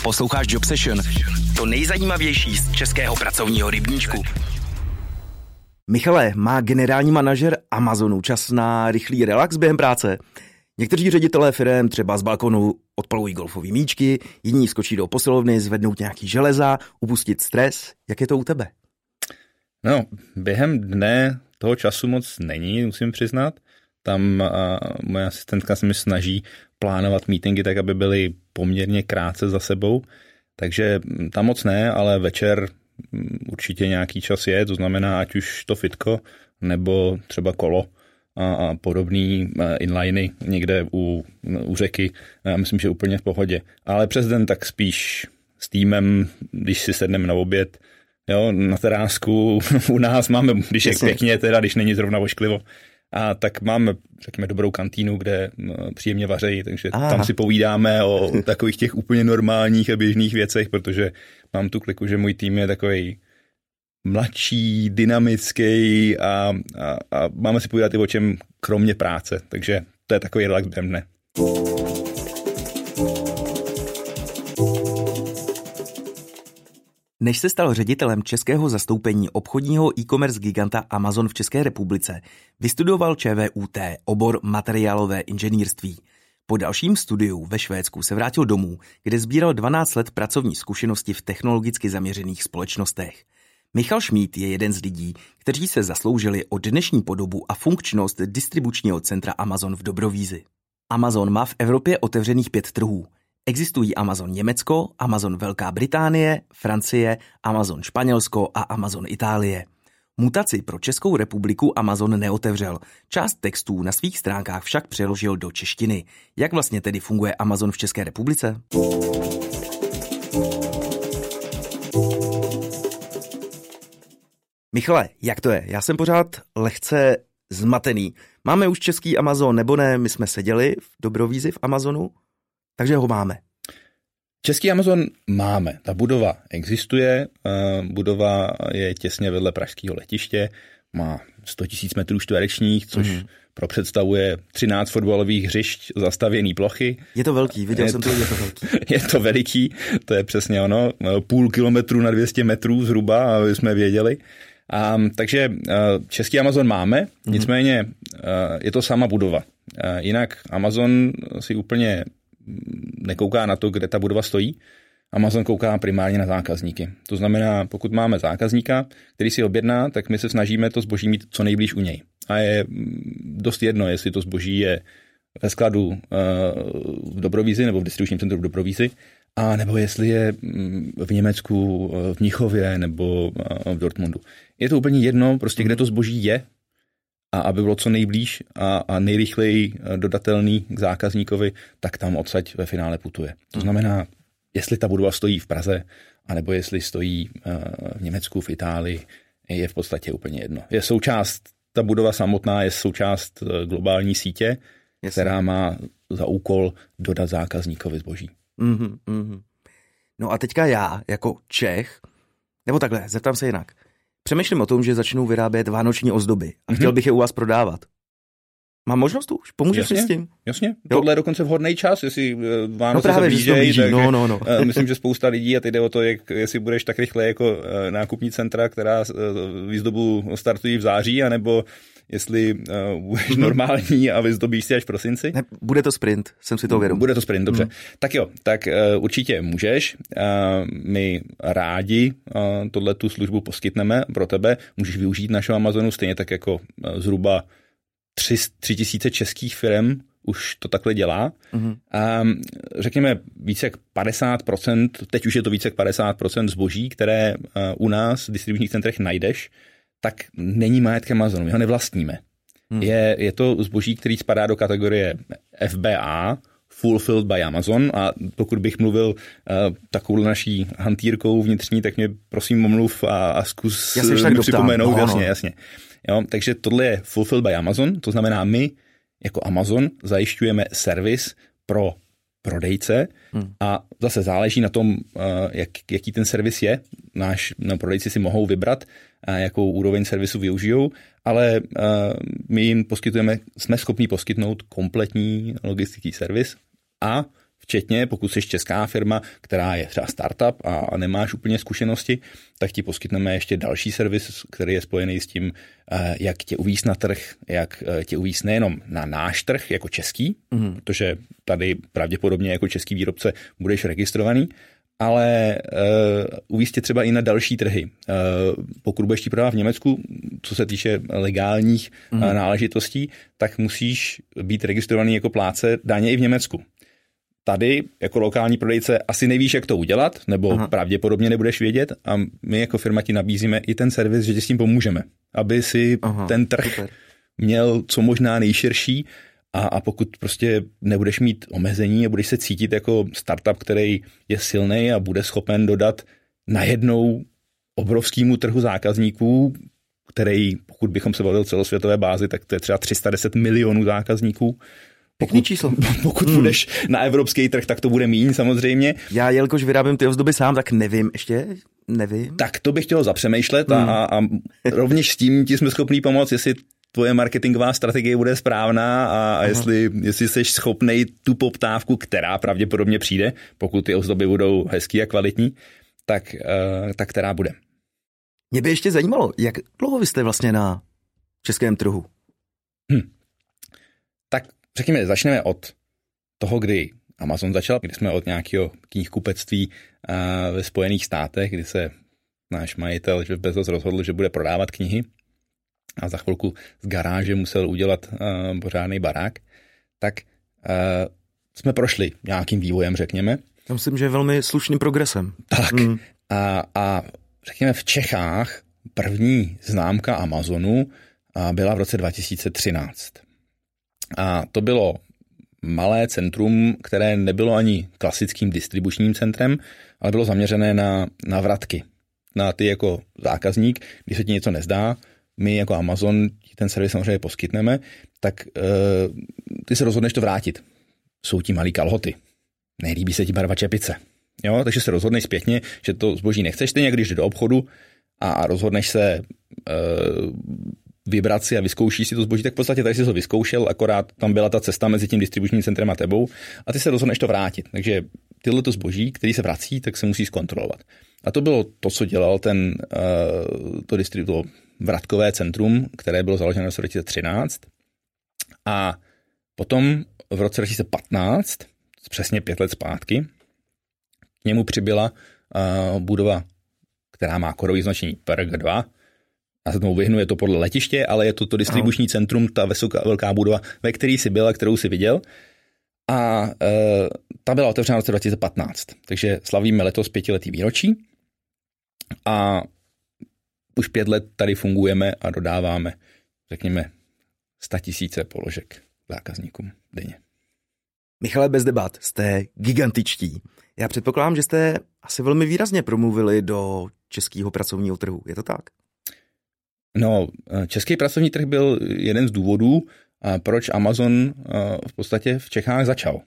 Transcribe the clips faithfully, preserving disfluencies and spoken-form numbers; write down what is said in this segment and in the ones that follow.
Posloucháš Job Session, to nejzajímavější z českého pracovního rybníčku. Michale, má generální manažer Amazonu čas na rychlý relax během práce? Někteří ředitelé firem třeba z balkonu odpalují golfové míčky, jiní skočí do posilovny, zvednout nějaký železa, upustit stres. Jak je to u tebe? No, během dne toho času moc není, musím přiznat. Tam a, moje asistentka se mi snaží plánovat meetingy tak, aby byly poměrně krátce za sebou. Takže tam moc ne, ale večer určitě nějaký čas je, to znamená ať už to fitko, nebo třeba kolo a, a podobný inliny někde u, u řeky. Já myslím, že úplně v pohodě. Ale přes den tak spíš s týmem, když si sedneme na oběd, jo, na terásku u nás máme, když je pěkně, teda když není zrovna ošklivo, a tak máme, řekněme, dobrou kantýnu, kde příjemně vařejí, takže Aha. tam si povídáme o takových těch úplně normálních a běžných věcech, protože mám tu kliku, že můj tým je takovej mladší, dynamický a, a, a máme si povídat i o čem kromě práce, takže to je takový relax během dne. Než se stal ředitelem českého zastoupení obchodního e-commerce giganta Amazon v České republice, vystudoval ČVUT, obor materiálové inženýrství. Po dalším studiu ve Švédsku se vrátil domů, kde sbíral dvanáct let pracovní zkušenosti v technologicky zaměřených společnostech. Michal Šmíd je jeden z lidí, kteří se zasloužili o dnešní podobu a funkčnost distribučního centra Amazon v Dobrovízi. Amazon má v Evropě otevřených pět trhů. Existují Amazon Německo, Amazon Velká Británie, Francie, Amazon Španělsko a Amazon Itálie. Mutaci pro Českou republiku Amazon neotevřel. Část textů na svých stránkách však přeložil do češtiny. Jak vlastně tedy funguje Amazon v České republice? Michale, jak to je? Já jsem pořád lehce zmatený. Máme už český Amazon nebo ne? My jsme seděli v Dobrovízi v Amazonu, takže ho máme. Český Amazon máme. Ta budova existuje. Budova je těsně vedle pražského letiště. Má sto tisíc metrů čtverečních, což mm. pro představu je třináct fotbalových hřišť, zastavěné plochy. Je to velký, viděl je jsem to, je to velký. Je to veliký, to je přesně ono. Půl kilometru na dvě stě metrů zhruba, aby jsme věděli. A, takže český Amazon máme, mm. nicméně je to sama budova. Jinak Amazon si úplně nekouká na to, kde ta budova stojí. Amazon kouká primárně na zákazníky. To znamená, pokud máme zákazníka, který si objedná, tak my se snažíme to zboží mít co nejblíž u něj. A je dost jedno, jestli to zboží je ve skladu v Dobrovízi nebo v distribučním centru v Dobrovízi, a nebo jestli je v Německu, v Mnichově nebo v Dortmundu. Je to úplně jedno, prostě kde to zboží je, a aby bylo co nejblíž a, a nejrychleji dodatelný k zákazníkovi, tak tam odsaď ve finále putuje. To znamená, jestli ta budova stojí v Praze, anebo jestli stojí v Německu, v Itálii, je v podstatě úplně jedno. Je součást, ta budova samotná je součást globální sítě, Jasně. která má za úkol dodat zákazníkovi zboží. Mm-hmm, mm-hmm. No a teďka já, jako Čech, nebo takhle, zeptám se jinak. Přemýšlím o tom, že začnu vyrábět vánoční ozdoby a chtěl bych je u vás prodávat. Mám možnost už? Pomůžeš mi s tím? Jasně, tohle je dokonce vhodný čas, jestli Vánoce no se blížejí, tak no, no, no. myslím, že spousta lidí, a teď jde o to, jak, jestli budeš tak rychle jako nákupní centra, která výzdobu startují v září, anebo jestli uh, budeš normální a vyzdobíš si až v prosinci. Ne, bude to sprint, jsem si to vědom. Bude to sprint, dobře. Mm. Tak jo, tak uh, určitě můžeš. Uh, my rádi uh, tohle tu službu poskytneme pro tebe. Můžeš využít našeho Amazonu stejně tak jako uh, zhruba tři, tři tisíce českých firm už to takhle dělá. Mm-hmm. A řekněme více jak padesát procent, teď už je to více jak padesát procent zboží, které uh, u nás v distribučních centrech najdeš, tak není majetkem Amazonu, my ho nevlastníme. Hmm. Je, je to zboží, který spadá do kategorie F B A, Fulfilled by Amazon, a pokud bych mluvil uh, takovou naší hantýrkou vnitřní, tak mě prosím omluv a, a zkus mi připomenout. No, jasně, no. jasně. Jo, takže tohle je Fulfilled by Amazon, to znamená my jako Amazon zajišťujeme servis pro prodejce hmm. a zase záleží na tom, jak, jaký ten servis je. Náš no, prodejci si mohou vybrat, jakou úroveň servisu využijou, ale my jim poskytujeme, jsme schopni poskytnout kompletní logistický servis a v včetně pokud jsi česká firma, která je třeba startup a nemáš úplně zkušenosti, tak ti poskytneme ještě další servis, který je spojený s tím, jak tě uvízt na trh, jak tě uvízt nejenom na náš trh jako český, mm. protože tady pravděpodobně jako český výrobce budeš registrovaný, ale uh, uvízt tě třeba i na další trhy. Uh, pokud budeš ti prodávat v Německu, co se týče legálních mm. uh, náležitostí, tak musíš být registrovaný jako plátce daně i v Německu. Tady jako lokální prodejce asi nevíš, jak to udělat, nebo Aha. pravděpodobně nebudeš vědět a my jako firma ti nabízíme i ten servis, že ti s tím pomůžeme, aby si Aha, ten trh super. měl co možná nejširší a, a pokud prostě nebudeš mít omezení a budeš se cítit jako startup, který je silný a bude schopen dodat najednou obrovskému trhu zákazníků, který, pokud bychom se bavili o celosvětové bázi, tak to je třeba tři sta deset milionů zákazníků. Pokud, číslo. pokud hmm. budeš na evropský trh, tak to bude míň samozřejmě. Já, jelikož vyrábím ty ozdoby sám, tak nevím ještě, nevím. Tak to bych chtěl zapřemýšlet hmm. a, a rovněž s tím ti jsme schopní pomoct, jestli tvoje marketingová strategie bude správná a, a jestli, jestli jsi schopnej tu poptávku, která pravděpodobně přijde, pokud ty ozdoby budou hezký a kvalitní, tak, uh, tak která bude. Mě by ještě zajímalo, jak dlouho vy jste vlastně na českém trhu? Hm. Tak řekněme, začneme od toho, kdy Amazon začal, kdy jsme od nějakého knihkupectví uh, ve Spojených státech, kdy se náš majitel Jeff Bezos rozhodl, že bude prodávat knihy a za chvilku z garáže musel udělat uh, pořádný barák, tak uh, jsme prošli nějakým vývojem, řekněme. Já myslím, že je velmi slušným progresem. Tak mm. a, a řekněme v Čechách první známka Amazonu uh, byla v roce dva tisíce třináct. A to bylo malé centrum, které nebylo ani klasickým distribučním centrem, ale bylo zaměřené na, na vratky. Na ty jako zákazník, když se ti něco nezdá, my jako Amazon ten servis samozřejmě poskytneme, tak uh, ty se rozhodneš to vrátit. Jsou ti malý kalhoty. Nelíbí se ti barva čepice. Jo? Takže se rozhodneš zpětně, že to zboží nechceš, stejně když jde do obchodu a rozhodneš se uh, vybrat si a vyzkoušíš si to zboží, tak v podstatě tady jsi to vyzkoušel, akorát tam byla ta cesta mezi tím distribučním centrem a tebou a ty se rozhodneš to vrátit. Takže tyhle zboží, který se vrací, tak se musí zkontrolovat. A to bylo to, co dělal ten uh, to distributor vratkové centrum, které bylo založeno v roce dva tisíce třináct. A potom v roce dva tisíce patnáct, přesně pět let zpátky, k němu přibyla uh, budova, která má kódové značení P R G dva. Já se tomu vyhnu, je to podle letiště, ale je to to distribuční no. centrum, ta vysoká, velká budova, ve které jsi byl a kterou jsi viděl. A uh, ta byla otevřena v roce dva tisíce patnáct. Takže slavíme letos pětiletý výročí. A už pět let tady fungujeme a dodáváme, řekněme, sta tisíce položek zákazníkům denně. Michale, bez debat, jste gigantičtí. Já předpokládám, že jste asi velmi výrazně promluvili do českého pracovního trhu. Je to tak? No, český pracovní trh byl jeden z důvodů, proč Amazon v podstatě v Čechách začal.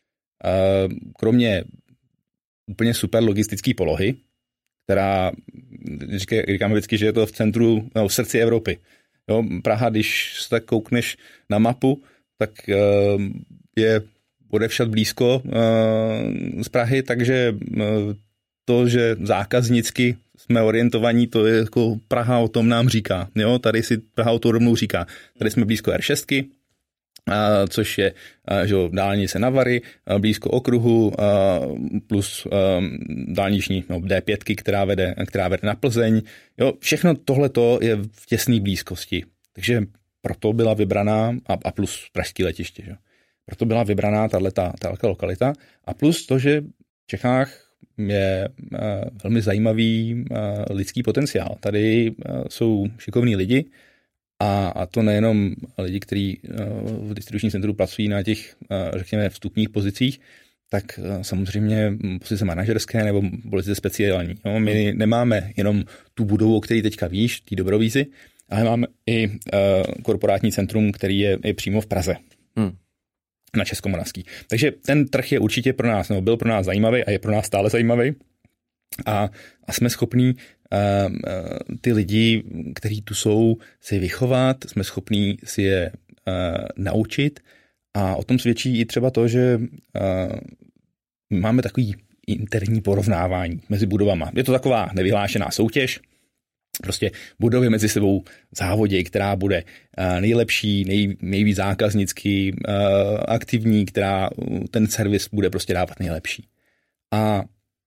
Kromě úplně super logistické polohy, která, říkáme vždycky, že je to v centru, no, v srdci Evropy. Jo, Praha, když se tak koukneš na mapu, tak uh, je odevšad blízko uh, z Prahy, takže uh, to, že zákaznicky jsme orientovaní, to je jako Praha o tom nám říká. Jo, tady si Praha o tom rovnou říká. Tady jsme blízko R šest, Uh, což je uh, že, dálnice na Vary, uh, blízko okruhu, uh, plus uh, dálniční no, D pět, která vede, která vede na Plzeň. Jo, všechno tohleto je v těsné blízkosti. Takže proto byla vybraná, a, a plus pražské letiště, že? Proto byla vybraná tato lokalita. A plus to, že v Čechách je uh, velmi zajímavý uh, lidský potenciál. Tady uh, jsou šikovní lidi, A, a to nejenom lidi, kteří v distribučním centru pracují na těch, řekněme, vstupních pozicích, tak samozřejmě pozice manažerské nebo pozice speciální. No, my nemáme jenom tu budovu, o který teďka víš, ty Dobrovízy, ale máme i uh, korporátní centrum, který je, je přímo v Praze. Hmm. Na Českomoravský. Takže ten trh je určitě pro nás, nebo byl pro nás zajímavý a je pro nás stále zajímavý. A, a jsme schopní Uh, uh, ty lidi, kteří tu jsou, si vychovat, jsme schopní si je uh, naučit a o tom svědčí i třeba to, že uh, máme takový interní porovnávání mezi budovama. Je to taková nevyhlášená soutěž, prostě budovy mezi sebou závodí, která bude nejlepší, nej, nejvíc zákaznický, aktivní, která ten servis bude prostě dávat nejlepší. A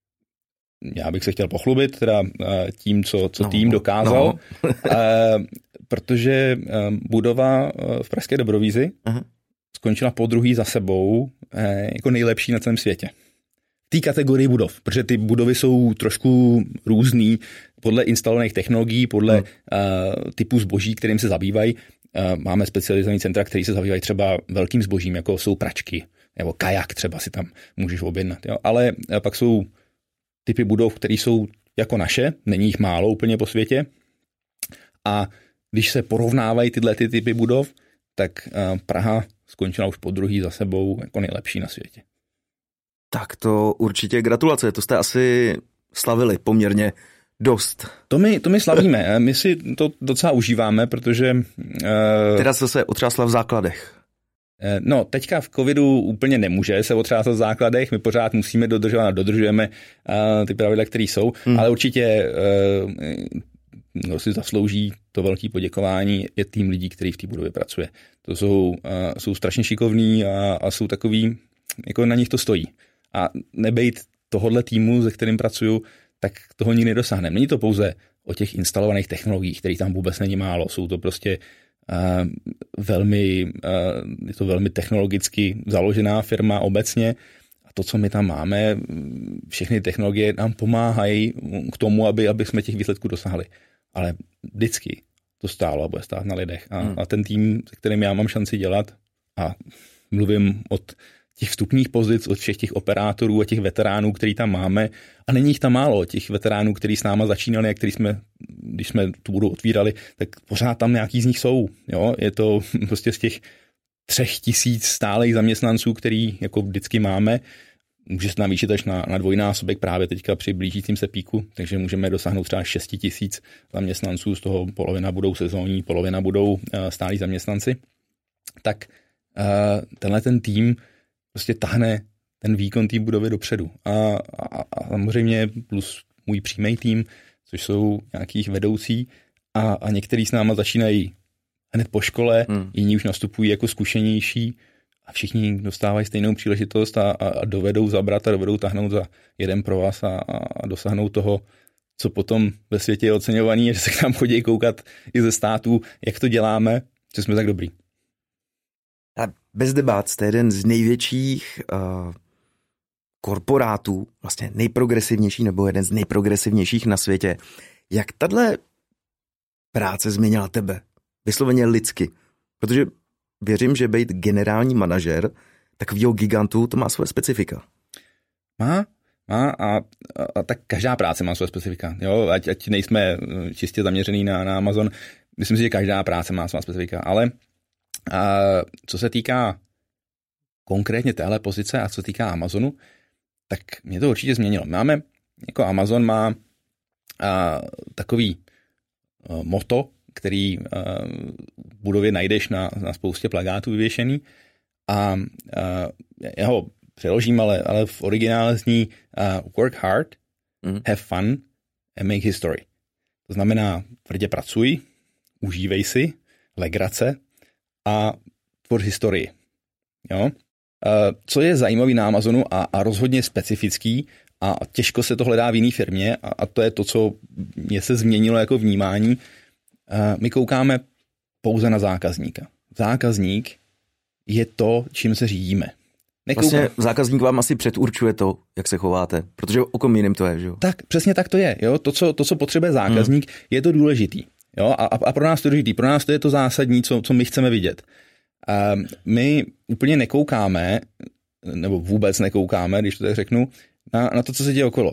já bych se chtěl pochlubit teda tím, co, co no, tým dokázal, no. protože budova v pražské Dobrovízi Aha. skončila podruhý za sebou jako nejlepší na celém světě. V té kategorii budov, protože ty budovy jsou trošku různý podle instalovaných technologií, podle hmm. uh, typu zboží, kterým se zabývají. Uh, máme specializovaný centra, který se zabývají třeba velkým zbožím, jako jsou pračky, nebo kajak třeba si tam můžeš objednat. Jo? Ale uh, pak jsou typy budov, které jsou jako naše, není jich málo úplně po světě. A když se porovnávají tyhle ty typy budov, tak uh, Praha skončila už po druhý za sebou jako nejlepší na světě. Tak to určitě gratulace, to jste asi slavili poměrně dost. To my, to my slavíme, my si to docela užíváme, protože... Uh, Teda se se otřásla v základech. Uh, no, teďka v covidu úplně nemůže se otřásat v základech, my pořád musíme dodržovat a dodržujeme uh, ty pravidla, které jsou, hmm. ale určitě uh, kdo si zaslouží to velké poděkování, je tým lidí, který v té budově pracuje. To jsou, uh, jsou strašně šikovní a, a jsou takový, jako na nich to stojí. A nebejt tohohle týmu, se kterým pracuju, tak toho nikdy nedosáhneme. Není to pouze o těch instalovaných technologiích, kterých tam vůbec není málo. Jsou to prostě uh, velmi, uh, je to velmi technologicky založená firma obecně. A to, co my tam máme, všechny technologie nám pomáhají k tomu, aby, aby jsme těch výsledků dosáhli. Ale vždycky to stálo a bude stát na lidech. A, hmm. a ten tým, se kterým já mám šanci dělat, a mluvím od těch vstupních pozic, od všech těch operátorů a těch veteránů, který tam máme. A není jich tam málo, těch veteránů, kteří s náma začínali a který jsme, když jsme tu budu otvírali, tak pořád tam nějaký z nich jsou. Jo? Je to prostě z těch třech tisíc stálých zaměstnanců, který jako vždycky máme, může se navýšit až na, na dvojnásobek právě teďka při blížícím se píku, takže můžeme dosáhnout třeba šest tisíc zaměstnanců, z toho polovina budou sezónní, polovina budou uh, stálí zaměstnanci. Tak uh, tenhle ten tým prostě tahne ten výkon té budovy dopředu. A, a, a samozřejmě plus můj přímý tým, což jsou nějakých vedoucí a, a některý s náma začínají hned po škole, hmm. jiní už nastupují jako zkušenější a všichni dostávají stejnou příležitost a, a, a dovedou zabrat a dovedou tahnout za jeden pro vás a, a dosáhnout toho, co potom ve světě je oceňovaný, že se k nám chodí koukat i ze států, jak to děláme, že jsme tak dobrý. A bez debat jste jeden z největších uh, korporátů, vlastně nejprogresivnější nebo jeden z nejprogresivnějších na světě. Jak tahle práce změnila tebe? Vysloveně lidsky. Protože věřím, že být generální manažer takového gigantu, to má svoje specifika. Má, má a, a, a tak každá práce má svoje specifika. Jo? Ať, ať nejsme čistě zaměřený na, na Amazon, myslím si, že každá práce má svá specifika, ale a co se týká konkrétně téhle pozice a co se týká Amazonu, tak mě to určitě změnilo. Máme, jako Amazon má a, takový a, moto, který a, v budově najdeš na, na spoustě plakátů vyvěšený a, a já ho přeložím, ale, ale v originále zní uh, work hard, mm. have fun and make history. To znamená tvrdě pracuj, užívej si, legrace a tvor historii. Jo? Uh, co je zajímavý na Amazonu a, a rozhodně specifický a těžko se to hledá v jiné firmě a, a to je to, co mě se změnilo jako vnímání. Uh, my koukáme pouze na zákazníka. Zákazník je to, čím se řídíme. Nekoukám. Vlastně zákazník vám asi předurčuje to, jak se chováte, protože o kom jiným to je, že jo? Tak, přesně tak to je. Jo? To, co, to, co potřebuje zákazník, hmm. je to důležitý. Jo? A, a pro nás to důležitý. Pro nás to je to zásadní, co, co my chceme vidět. A my úplně nekoukáme, nebo vůbec nekoukáme, když to tak řeknu, na, na to, co se děje okolo.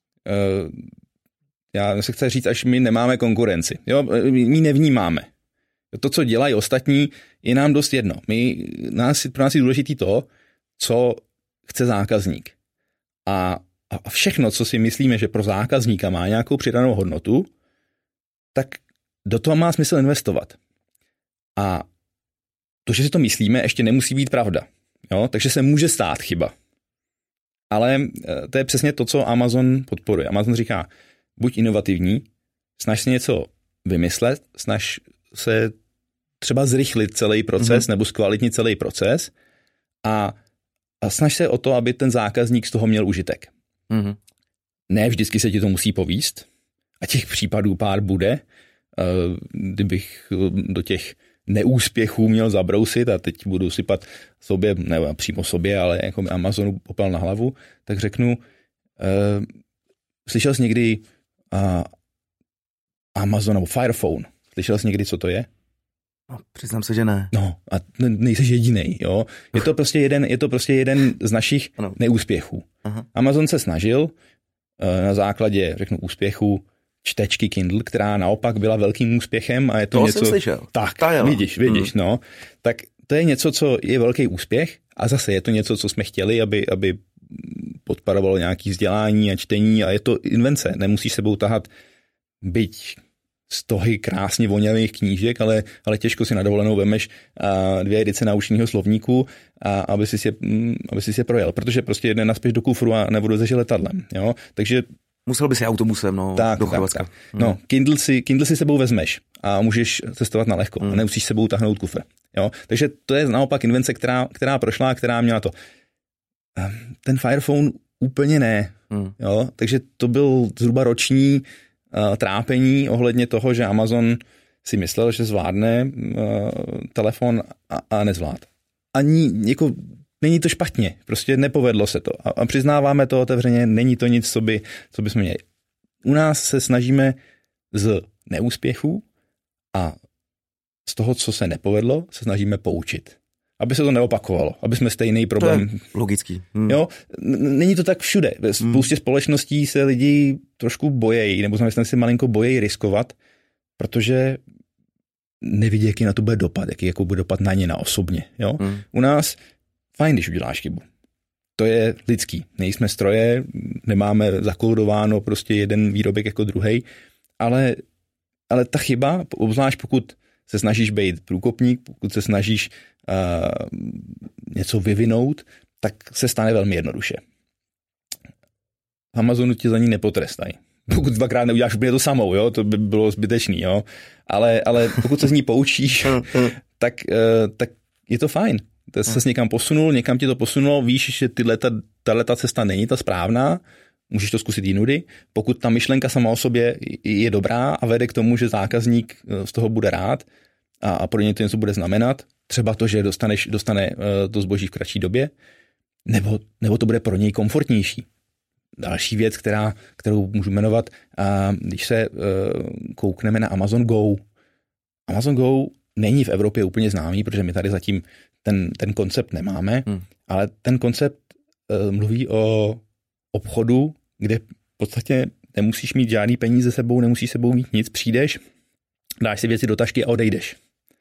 Já se chci říct, až my nemáme konkurenci. Jo? My nevnímáme. To, co dělají ostatní, je nám dost jedno. My, nás, pro nás je důležitý to, co chce zákazník. A, a všechno, co si myslíme, že pro zákazníka má nějakou přidanou hodnotu, tak do toho má smysl investovat. A to, že si to myslíme, ještě nemusí být pravda. Jo? Takže se může stát chyba. ale to je přesně to, co Amazon podporuje. Amazon říká, buď inovativní, snaž se něco vymyslet, snaž se třeba zrychlit celý proces mm-hmm. nebo zkvalitnit celý proces a, a snaž se o to, aby ten zákazník z toho měl užitek. Mm-hmm. Ne vždycky se ti to musí povíst a těch případů pár bude. Kdybych do těch neúspěchů měl zabrousit a teď budu sypat sobě, nebo přímo sobě, ale jako Amazonu popel na hlavu, tak řeknu, uh, slyšel jsi někdy uh, Amazon nebo Fire Phone? Slyšel jsi někdy, co to je? No, přiznám se, že ne. No a nejseš jedinej, jo. Je to prostě jeden, je to prostě jeden z našich ano. neúspěchů. Aha. Amazon se snažil uh, na základě, řeknu, úspěchu čtečky Kindle, která naopak byla velkým úspěchem a je to, to něco... jsem slyšel. Tak, vidíš, vidíš, hmm. no. Tak to je něco, co je velký úspěch a zase je to něco, co jsme chtěli, aby, aby podporovalo nějaké vzdělání a čtení a je to invence. Nemusíš sebou tahat byť stohy krásně voněných knížek, ale, ale těžko si na dovolenou vemeš a dvě edice naučního slovníku, a aby si je, aby si je projel, protože prostě jedne naspěš do kufru a nebudu zažít letadlem. Jo? Takže musel by si autobusem, no, tak, do Chorvatska. Tak, tak. No, Kindle si, Kindle si sebou vezmeš a můžeš cestovat na lehko. Hmm. A nemusíš sebou tahnout kufr. Jo? Takže to je naopak invence, která, která prošla, která měla to. Ten Fire Phone úplně ne. Hmm. Jo? Takže to byl zhruba roční uh, trápení ohledně toho, že Amazon si myslel, že zvládne uh, telefon a, a nezvlád. Ani jako není to špatně, prostě nepovedlo se to. A, a přiznáváme to otevřeně, není to nic, co by, co by jsme měli. U nás se snažíme z neúspěchů a z toho, co se nepovedlo, se snažíme poučit. Aby se to neopakovalo, aby jsme stejný problém... To je logický. Hmm. Jo, není to tak všude. Ve spoustě hmm. společností se lidi trošku bojejí, nebo zaměstnanci si malinko bojejí riskovat, protože nevidí, jaký na to bude dopad, jaký jako bude dopad na ně, na osobně. Jo? Hmm. U nás fajn, když uděláš chybu. To je lidský. Nejsme stroje, nemáme zakódováno prostě jeden výrobek jako druhej, ale, ale ta chyba, obzvlášť pokud se snažíš být průkopník, pokud se snažíš uh, něco vyvinout, tak se stane velmi jednoduše. V Amazonu tě za ní nepotrestají. Pokud dvakrát neuděláš úplně to samou, jo, to by bylo zbytečný, jo. Ale, ale pokud se z ní poučíš, tak, uh, tak je to fajn. Ty se někam posunul, někam ti to posunulo, víš, že tyhle, ta, tato cesta není ta správná, můžeš to zkusit jinudy. Pokud ta myšlenka sama o sobě je dobrá a vede k tomu, že zákazník z toho bude rád a, a pro něj to něco bude znamenat, třeba to, že dostaneš, dostane to zboží v kratší době, nebo, nebo to bude pro něj komfortnější. Další věc, která, kterou můžu jmenovat, a když se uh, koukneme na Amazon Go. Amazon Go není v Evropě úplně známý, protože my tady zatím ten, ten koncept nemáme, hmm. ale ten koncept uh, mluví o obchodu, kde v podstatě nemusíš mít žádný peníze sebou, nemusíš sebou mít nic, přijdeš, dáš si věci do tašky a odejdeš.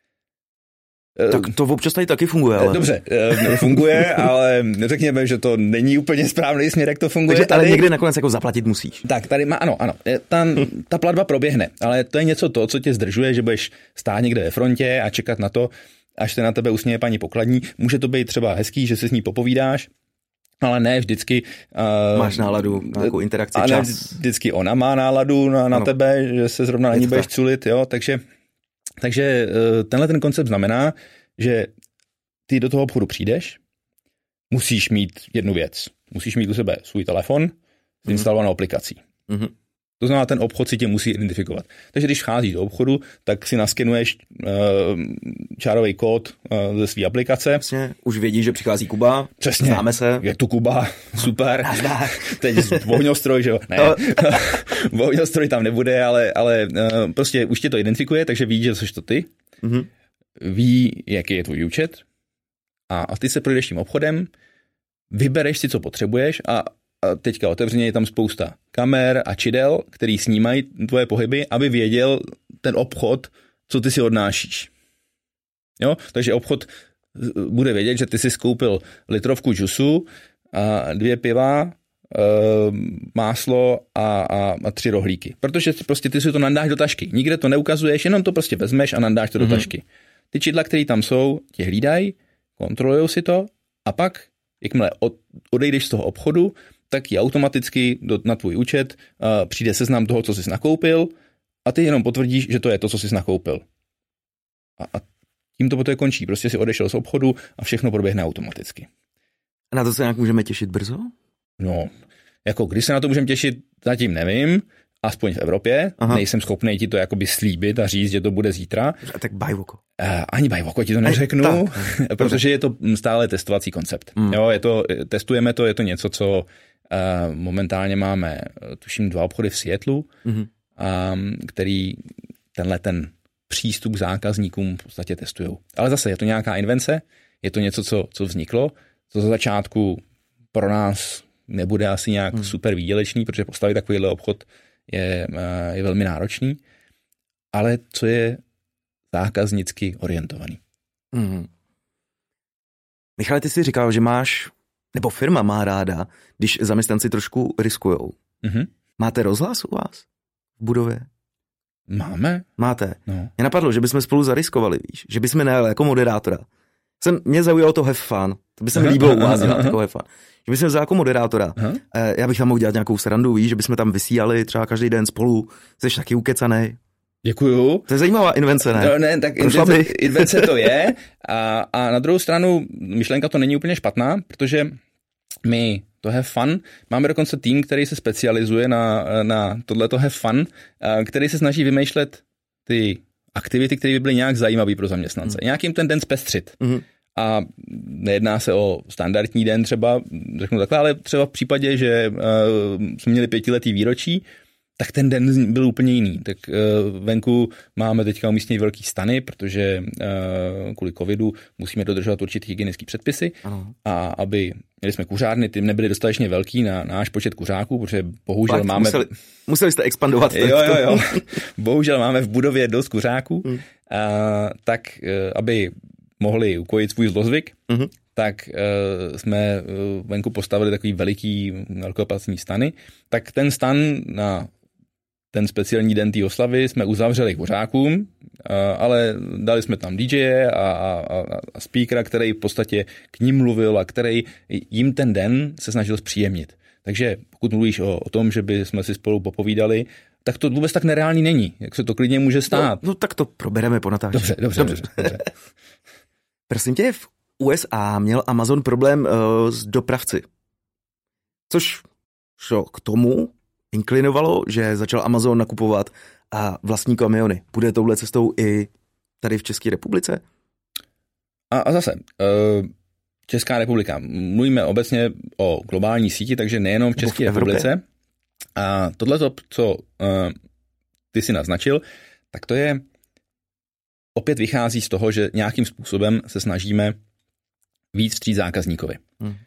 Tak to občas tady taky funguje. Ale... Dobře, funguje, ale řekněme, že to není úplně správný směr, jak to funguje. Takže ale někdy nakonec jako zaplatit musíš. Tak, tady má, ano, ano, ta, ta platba proběhne, ale to je něco to, co tě zdržuje, že budeš stát někde ve frontě a čekat na to, až se na tebe usměje paní pokladní. Může to být třeba hezký, že se s ní popovídáš, ale ne vždycky... Uh, Máš náladu, nějakou interakci, a čas. Ne vždycky ona má náladu na, na tebe, že se zrovna na ní budeš culit, jo, takže... Takže tenhle ten koncept znamená, že ty do toho obchodu přijdeš, musíš mít jednu věc. Musíš mít u sebe svůj telefon s instalovanou mm. aplikací. Mm-hmm. To znamená, ten obchod si tě musí identifikovat. Takže když vcházíš do obchodu, tak si naskenuješ uh, čárový kód uh, ze své aplikace. Přesně, už vědí, že přichází Kuba. Přesně. Známe se. Je tu Kuba, super. Teď ohňostroj, že jo? Ne, ohňostroj tam nebude, ale, ale uh, prostě už tě to identifikuje, takže ví, že jsi to ty. Mm-hmm. Ví, jaký je tvůj účet a, a ty se projdeš tím obchodem, vybereš si, co potřebuješ a A teďka otevřeně je tam spousta kamer a čidel, který snímají tvoje pohyby, aby věděl ten obchod, co ty si odnášíš. Jo? Takže obchod bude vědět, že ty si skoupil litrovku džusu, a dvě piva, máslo a, a, a tři rohlíky. Protože prostě ty si to nandáš do tašky. Nikde to neukazuješ, jenom to prostě vezmeš a nandáš to do mm-hmm. tašky. Ty čidla, které tam jsou, tě hlídají, kontrolujou si to a pak jakmile od, odejdeš z toho obchodu, tak ji automaticky do, na tvůj účet uh, přijde seznam toho, co jsi nakoupil a ty jenom potvrdíš, že to je to, co jsi nakoupil. A, a tím to poté končí. Prostě si odešel z obchodu a všechno proběhne automaticky. A na to se nějak můžeme těšit brzo? No, jako když se na to můžeme těšit, zatím nevím, aspoň v Evropě. Aha. Nejsem schopný ti to jakoby slíbit a říct, že to bude zítra. A tak bajvoko. Uh, ani bajvoko ti to neřeknu, protože je to stále testovací koncept. Mm. Jo, je to, testujeme to, je to něco, co uh, momentálně máme, tuším, dva obchody v Seattlu, mm. um, který tenhle ten přístup k zákazníkům v podstatě testujou. Ale zase je to nějaká invence, je to něco, co, co vzniklo, co za začátku pro nás nebude asi nějak mm. super výdělečný, protože postavit takovýhle obchod je, je velmi náročný, ale co je zákaznicky orientovaný. Mm. Michale, ty jsi říkal, že máš, nebo firma má ráda, když zaměstnanci trošku riskujou. Mm-hmm. Máte rozhlas u vás v budově? Máme. Máte. No. Mě napadlo, že bychom spolu zariskovali, víš, že bychom najeli jako moderátora. Jsem, mě zaujalo to have fun. To by se mi líbilo u vás dělat jako have fun. Že bychom vzali jako moderátora. Aha. Já bych tam mohl dělat nějakou srandu, víš, že bychom tam vysílali třeba každý den spolu. Jsi taky ukecanej. Děkuju. To je zajímavá invence, ne? No, ne, tak invence, invence to je. A, a na druhou stranu myšlenka to není úplně špatná, protože my to have fun. Máme dokonce tým, který se specializuje na, na tohleto have fun, který se snaží vymýšlet ty aktivity, které by byly nějak zajímavé pro zaměstnance. Mm. Nějakým ten den zpestřit. Mm. A nejedná se o standardní den třeba, řeknu takhle, ale třeba v případě, že uh, jsme měli pětiletý výročí, tak ten den byl úplně jiný. Tak uh, venku máme teďka umístěný velký stany, protože uh, kvůli covidu musíme dodržovat určitý hygienický předpisy. Ano. A aby měli jsme kuřárny, ty nebyly dostatečně velký na náš počet kuřáků, protože bohužel Fakt, máme... Museli, museli jste expandovat. Jo, jo, jo. Bohužel máme v budově dost kuřáků, hmm. uh, tak uh, aby mohli ukojit svůj zlozvyk, mm-hmm. tak uh, jsme uh, venku postavili takový veliký velkopacní stany. Tak ten stan na ten speciální den té oslavy jsme uzavřeli kuřákům, uh, ale dali jsme tam dý džeje a, a, a speakera, který v podstatě k ním mluvil a který jim ten den se snažil zpříjemnit. Takže pokud mluvíš o, o tom, že by jsme si spolu popovídali, tak to vůbec tak nereálný není. Jak se to klidně může stát. No, no tak to probereme po natáčení. Dobře, dobře, dobře. dobře. Prosím tě, v U S A měl Amazon problém uh, s dopravci. Což šlo k tomu, inklinovalo, že začal Amazon nakupovat a vlastní kamiony. Bude touhle cestou i tady v České republice? A, a zase, uh, Česká republika. Mluvíme obecně o globální síti, takže nejenom v České v republice. A tohle, co uh, ty si naznačil, tak to je opět vychází z toho, že nějakým způsobem se snažíme víc vstříc zákazníkovi. Hmm. Uh,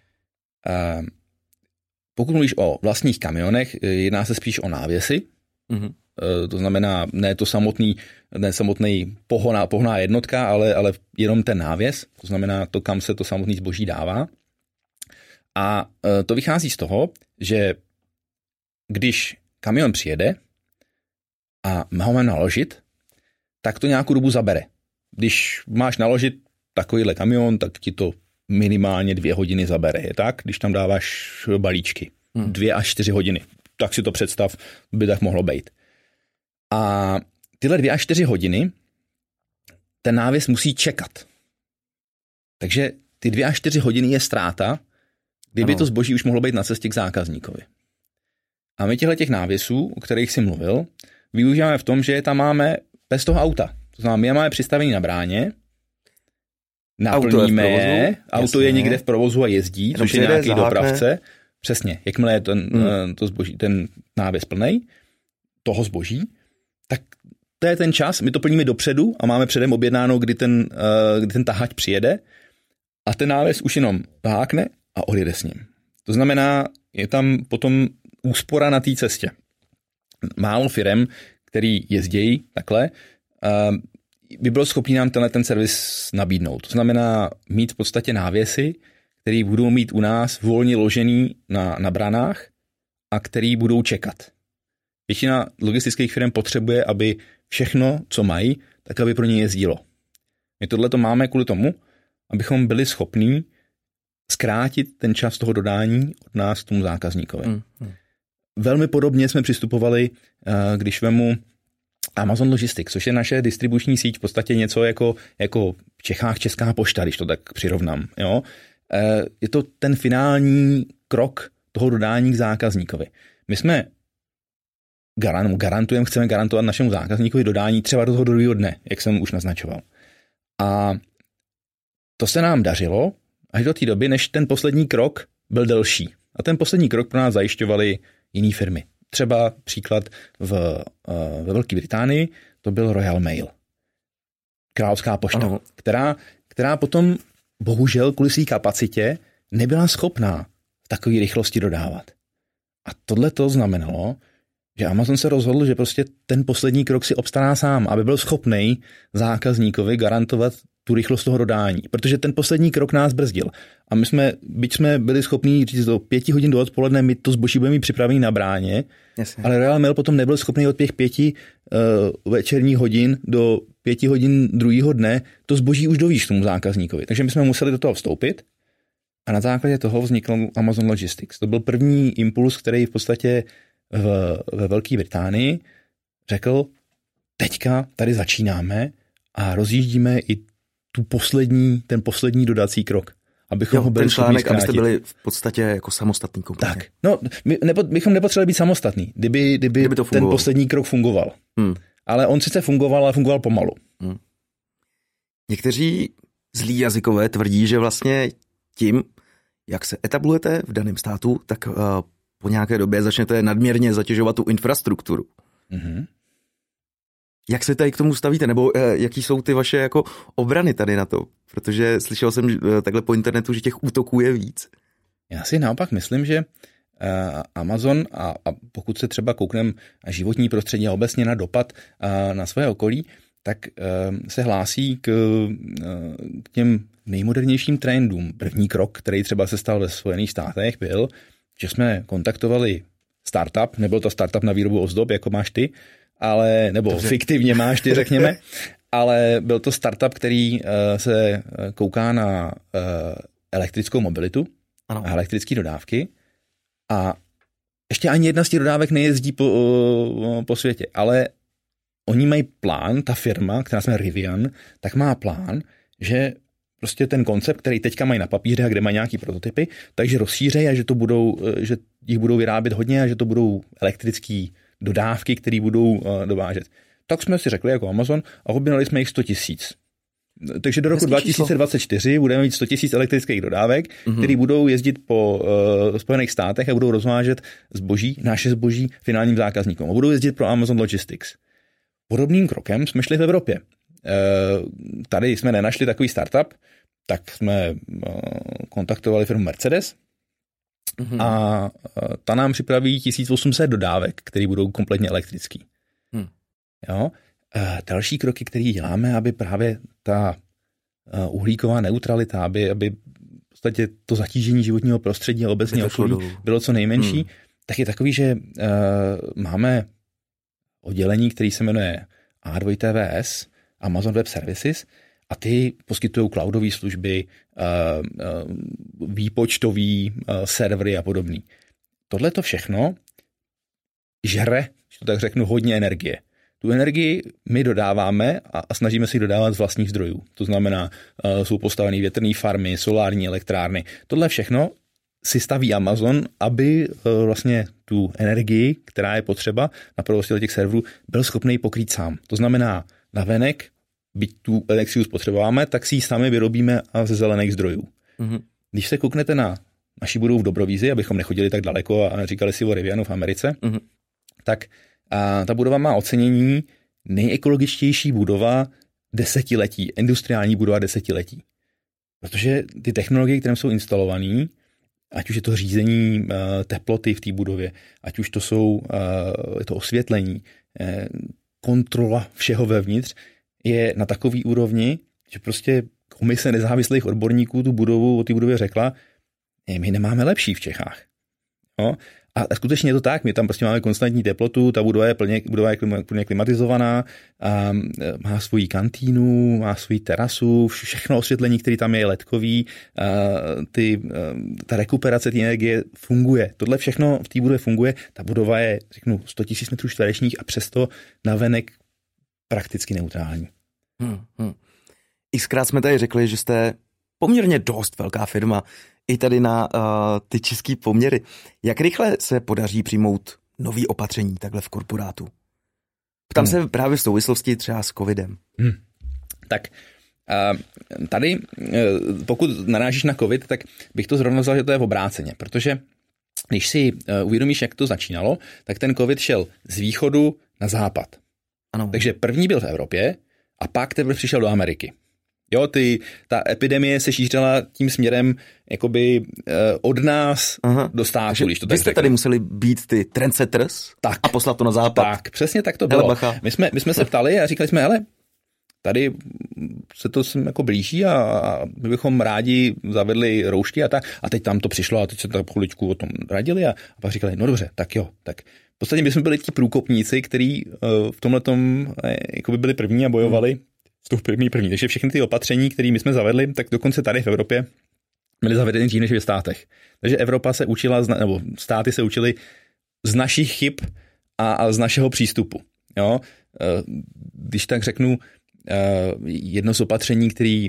pokud mluvíš o vlastních kamionech, jedná se spíš o návěsy. Hmm. Uh, to znamená, ne to samotný, ne samotný pohonná, pohonná jednotka, ale, ale jenom ten návěs. To znamená to, kam se to samotný zboží dává. A uh, to vychází z toho, že když kamion přijede a má ho naložit, tak to nějakou dobu zabere. Když máš naložit takovýhle kamion, tak ti to minimálně dvě hodiny zabere. Je tak? Když tam dáváš balíčky. Hmm. Dvě až čtyři hodiny. Tak si to představ, by tak mohlo být. A tyhle dvě až čtyři hodiny ten návěs musí čekat. Takže ty dvě až čtyři hodiny je ztráta, kdyby ano. to zboží už mohlo být na cestě k zákazníkovi. A my těchto těch návěsů, o kterých jsi mluvil, využíváme v tom, že je tam máme bez toho auta. To znamená, my je máme přistavený na bráně, naplníme je, auto je někde v provozu a jezdí, což je nějaký dopravce. Přesně, jakmile je ten, hmm. to zboží, ten návěs plnej toho zboží, tak to je ten čas, my to plníme dopředu a máme předem objednáno, kdy ten, kdy ten tahač přijede a ten návěs už jenom hákne a odjede s ním. To znamená, je tam potom úspora na té cestě. Málo firem, který jezdí takhle, by bylo schopný nám tenhle ten servis nabídnout. To znamená mít v podstatě návěsy, který budou mít u nás volně ložený na, na branách a který budou čekat. Většina logistických firm potřebuje, aby všechno, co mají, tak aby pro ně jezdilo. My tohle to máme kvůli tomu, abychom byli schopní zkrátit ten čas toho dodání od nás k tomu zákazníkovi. Mm, mm. Velmi podobně jsme přistupovali, když vemu Amazon Logistics, což je naše distribuční síť, v podstatě něco jako, jako v Čechách Česká pošta, když to tak přirovnám. Jo? Je to ten finální krok toho dodání k zákazníkovi. My jsme garantujeme, chceme garantovat našemu zákazníkovi dodání třeba do toho druhého dne, jak jsem už naznačoval. A to se nám dařilo až do té doby, než ten poslední krok byl delší. A ten poslední krok pro nás zajišťovaly jiné firmy. Třeba příklad v, ve Velké Británii, to byl Royal Mail. Královská pošta, která, která potom bohužel kvůli své kapacitě nebyla schopná v takové rychlosti dodávat. A tohle to znamenalo, že Amazon se rozhodl, že prostě ten poslední krok si obstará sám, aby byl schopný zákazníkovi garantovat tu rychlost toho dodání, protože ten poslední krok nás brzdil. A my jsme, byť jsme byli schopní říct do pěti hodin do odpoledne, my to zboží budeme mít připravený na bráně, Jasně. ale Royal Mail potom nebyl schopný od těch pěti uh, večerních hodin do pěti hodin druhého dne to zboží už dovíš tomu zákazníkovi. Takže my jsme museli do toho vstoupit a na základě toho vznikl Amazon Logistics. To byl první impuls, který v podstatě v, ve Velké Británii řekl, teďka tady začínáme a rozjíždíme i tu poslední, ten poslední dodací krok, abychom jo, ho byli schopni zkrátit. Abyste byli v podstatě jako samostatný kompanie. Tak, no, my nepo, bychom nepotřebovali být samostatný, kdyby, kdyby, kdyby ten poslední krok fungoval. Hmm. Ale on sice fungoval, ale fungoval pomalu. Hmm. Někteří zlí jazykové tvrdí, že vlastně tím, jak se etablujete v daném státu, tak uh, po nějaké době začnete nadměrně zatěžovat tu infrastrukturu. Mm-hmm. Jak se tady k tomu stavíte? Nebo uh, jaký jsou ty vaše jako obrany tady na to? Protože slyšel jsem uh, takhle po internetu, že těch útoků je víc. Já si naopak myslím, že uh, Amazon, a, a pokud se třeba koukneme na životní prostředí a obecně na dopad uh, na své okolí, tak uh, se hlásí k, uh, k těm nejmodernějším trendům. První krok, který třeba se stal ve Spojených státech, byl, že jsme kontaktovali startup, nebyl to startup na výrobu ozdob, jako máš ty, ale, nebo Dobře. fiktivně máš ty, řekněme, ale byl to startup, který uh, se kouká na uh, elektrickou mobilitu ano. a elektrické dodávky a ještě ani jedna z těch dodávek nejezdí po, uh, po světě, ale oni mají plán, ta firma, která se jmenuje Rivian, tak má plán, že prostě ten koncept, který teďka mají na papíře a kde mají nějaký prototypy, takže rozšířejí a že to budou, že jich budou vyrábět hodně a že to budou elektrické dodávky, které budou uh, dovážet. Tak jsme si řekli jako Amazon a objednali jsme jich sto tisíc. Takže do roku dva tisíce dvacet čtyři budeme mít sto tisíc elektrických dodávek, mm-hmm. které budou jezdit po uh, Spojených státech a budou rozvážet zboží, naše zboží finálním zákazníkům. A budou jezdit pro Amazon Logistics. Podobným krokem jsme šli v Evropě. Uh, tady jsme nenašli takový startup, tak jsme uh, kontaktovali firmu Mercedes mm-hmm. a uh, ta nám připraví tisíc osm set dodávek, které budou kompletně elektrický. Mm. Jo? Uh, další kroky, které děláme, aby právě ta uh, uhlíková neutralita, aby, aby v podstatě to zatížení životního prostředí a obecně okolí bylo co nejmenší, mm. tak je takový, že uh, máme oddělení, který se jmenuje A dva T V S, Amazon Web Services, a ty poskytují cloudové služby, výpočtový servery a podobný. Tohle to všechno žere, že to tak řeknu, hodně energie. Tu energii my dodáváme a snažíme si ji dodávat z vlastních zdrojů. To znamená, jsou postavené větrné farmy, solární elektrárny. Tohle všechno si staví Amazon, aby vlastně tu energii, která je potřeba na provoz těch serverů, byl schopný pokrýt sám. To znamená, navenek, byť tu elektřinu spotřebováme, tak si ji sami vyrobíme ze zelených zdrojů. Mm-hmm. Když se kouknete na naši budovu v Dobrovízi, abychom nechodili tak daleko a říkali si o Rivianu v Americe, mm-hmm. tak a ta budova má ocenění nejekologičtější budova desetiletí, industriální budova desetiletí. Protože ty technologie, které jsou instalované, ať už je to řízení uh, teploty v té budově, ať už to jsou uh, to osvětlení, uh, kontrola všeho vevnitř, je na takový úrovni, že prostě komise nezávislých odborníků tu budovu o té budově řekla, my nemáme lepší v Čechách. No? A skutečně je to tak, my tam prostě máme konstantní teplotu, ta budova je plně, budova je plně klimatizovaná, a má svoji kantýnu, má svoji terasu, všechno osvětlení, které tam je ledkový, a ty, ta rekuperace té energie funguje. Tohle všechno v té budově funguje, ta budova je, řeknu, sto tisíc metrů čtverečních a přesto navenek prakticky neutrální. Hmm, hmm. Xkrát jsme tady řekli, že jste poměrně dost velká firma, i tady na uh, ty český poměry. Jak rychle se podaří přijmout nový opatření takhle v korporátu? Ptám hmm. se právě v souvislosti třeba s covidem. Hmm. Tak uh, tady, uh, pokud narážíš na covid, tak bych to zrovna vzal, že to je v obráceně, protože když si uh, uvědomíš, jak to začínalo, tak ten covid šel z východu na západ. Ano. Takže první byl v Evropě a pak teprve přišel do Ameriky. Jo, ty, ta epidemie se šířila tím směrem jakoby eh, od nás Aha. do státu, když to tak vy jste řeknu. tady museli být ty trendsetters tak, a poslat to na západ. Tak, přesně tak to bylo. My jsme, my jsme se ptali a říkali jsme, hele, tady se to sem jako blíží a, a my bychom rádi zavedli roušky a tak. A teď tam to přišlo a teď se tak chviličku o tom radili a, a pak říkali, no dobře, tak jo, tak v podstatě my jsme byli ti průkopníci, kteří uh, v tomhletom eh, jakoby byli první a bojovali hmm. s tou první první. Takže všechny ty opatření, které my jsme zavedli, tak dokonce tady v Evropě byly zavedeny dřív než ve státech. Takže Evropa se učila, nebo státy se učily z našich chyb a, a z našeho přístupu. Jo? Když tak řeknu, jedno z opatření, který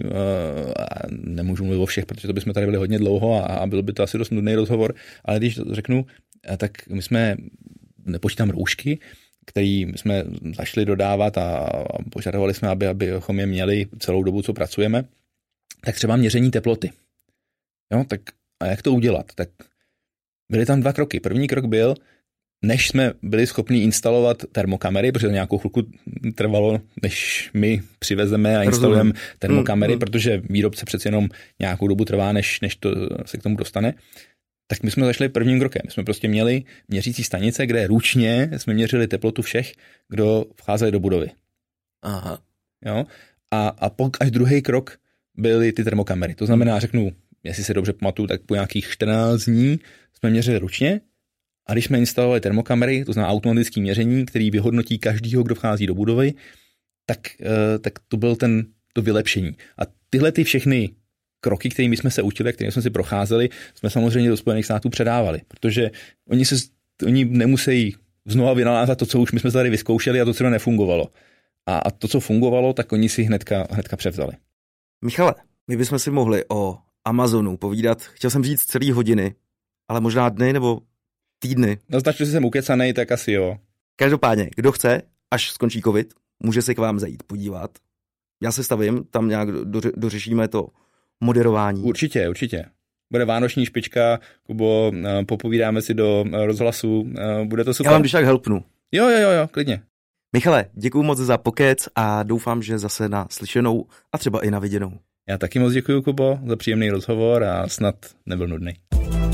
nemůžu mluvit o všech, protože to bychom tady byli hodně dlouho a, a byl by to asi dost nudný rozhovor, ale když to řeknu, tak my jsme, nepočítám roušky, který jsme zašli dodávat a požadovali jsme, aby, abychom je měli celou dobu, co pracujeme, tak třeba měření teploty. Jo, tak a jak to udělat? Tak byly tam dva kroky. První krok byl, než jsme byli schopni instalovat termokamery, protože to nějakou chvilku trvalo, než my přivezeme a instalujeme termokamery, mm, mm. protože výrobce přeci jenom nějakou dobu trvá, než, než to se k tomu dostane. Tak my jsme začali prvním krokem. My jsme prostě měli měřící stanice, kde ručně jsme měřili teplotu všech, kdo vcházeli do budovy. Aha. Jo? A, a pak až druhý krok byly ty termokamery. To znamená, řeknu, jestli se dobře pamatuju, tak po nějakých čtrnáct dní jsme měřili ručně a když jsme instalovali termokamery, to znamená automatické měření, který vyhodnotí každýho, kdo vchází do budovy, tak, tak to byl ten, to vylepšení. A tyhle ty všechny kroky, kterými jsme se učili, kterými jsme si procházeli, jsme samozřejmě do Spojených států předávali, protože oni, se, oni nemusí znova vynalázat to, co už my jsme tady vyzkoušeli a to, co nefungovalo. A, a to, co fungovalo, tak oni si hnedka, hnedka převzali. Michale, my bychom si mohli o Amazonu povídat, chtěl jsem říct celý hodiny, ale možná dny nebo týdny. No značně, že jsem ukecanej, tak asi jo. Každopádně, kdo chce, až skončí covid, může se k vám zajít podívat. Já se stavím, tam nějak doře- dořešíme to moderování. Určitě, určitě. Bude vánoční špička, Kubo, popovídáme si do rozhlasu, bude to super. Já vám když tak helpnu. Jo, jo, jo, jo, klidně. Michale, děkuju moc za pokec a doufám, že zase na slyšenou a třeba i na viděnou. Já taky moc děkuju, Kubo, za příjemný rozhovor a snad nebyl nudný.